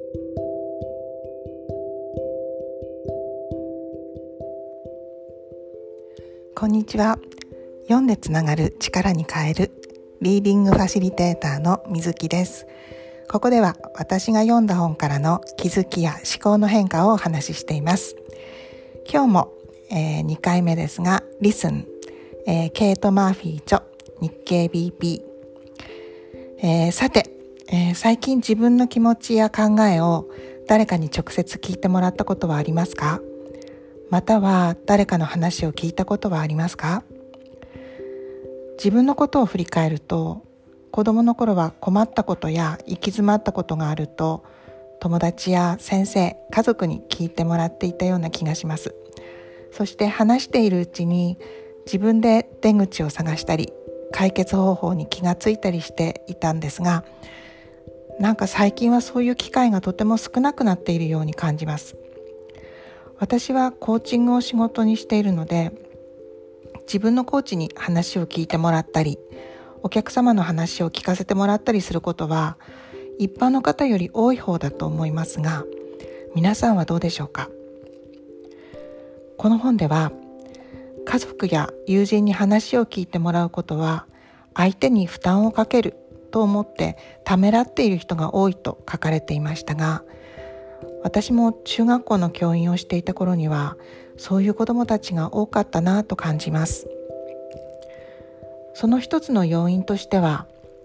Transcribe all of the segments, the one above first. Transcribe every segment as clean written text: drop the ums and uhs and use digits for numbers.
こんにちは。読んでつながる力に変えるリーディングファシリテーターの水木です。ここでは私が読んだ本からの気づきや思考の変化をお話ししています。今日も、2回目ですがListen、ケイト・マーフィー著日経 BP、さて、最近自分の気持ちや考えを誰かに直接聞いてもらったことはありますか？または誰かの話を聞いたことはありますか？自分のことを振り返ると、子供の頃は困ったことや行き詰まったことがあると、友達や先生、家族に聞いてもらっていたような気がします。そして話しているうちに自分で出口を探したり、解決方法に気がついたりしていたんですが、なんか最近はそういう機会がとても少なくなっているように感じます。私はコーチングを仕事にしているので、自分のコーチに話を聞いてもらったり、お客様の話を聞かせてもらったりすることは一般の方より多い方だと思いますが、皆さんはどうでしょうか？この本では、家族や友人に話を聞いてもらうことは相手に負担をかけると思ってためらっている人が多いと書かれていましたが、私も中学校の教員をしていた頃にはそういう子どもたちが多かったなと感じます。その一つの要因としては、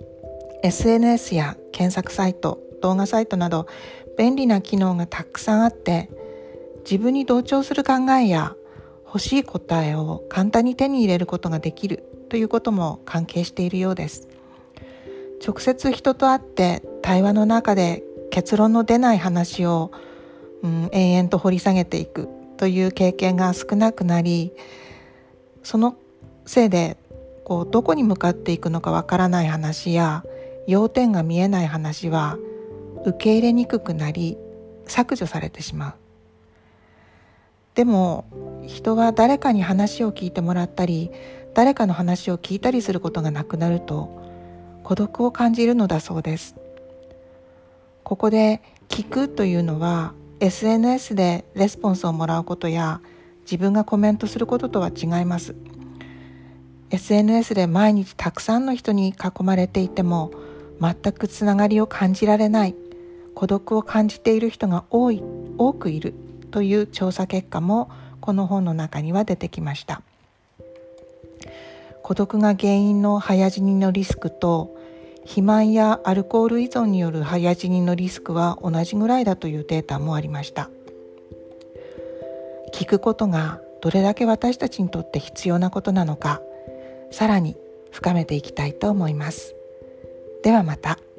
SNS や検索サイト、動画サイトなど便利な機能がたくさんあって、自分に同調する考えや欲しい答えを簡単に手に入れることができるということも関係しているようです。直接人と会って対話の中で結論の出ない話を、延々と掘り下げていくという経験が少なくなり、そのせいでどこに向かっていくのかわからない話や要点が見えない話は受け入れにくくなり、削除されてしまう。でも人は誰かに話を聞いてもらったり、誰かの話を聞いたりすることがなくなると孤独を感じるのだそうです。ここで聞くというのは SNS でレスポンスをもらうことや自分がコメントすることとは違います。 SNS で毎日たくさんの人に囲まれていても全くつながりを感じられない、孤独を感じている人が多くいるという調査結果もこの本の中には出てきました。孤独が原因の早死にのリスクと肥満やアルコール依存による早死にのリスクは同じぐらいだというデータもありました。聞くことがどれだけ私たちにとって必要なことなのか、さらに深めていきたいと思います。ではまた。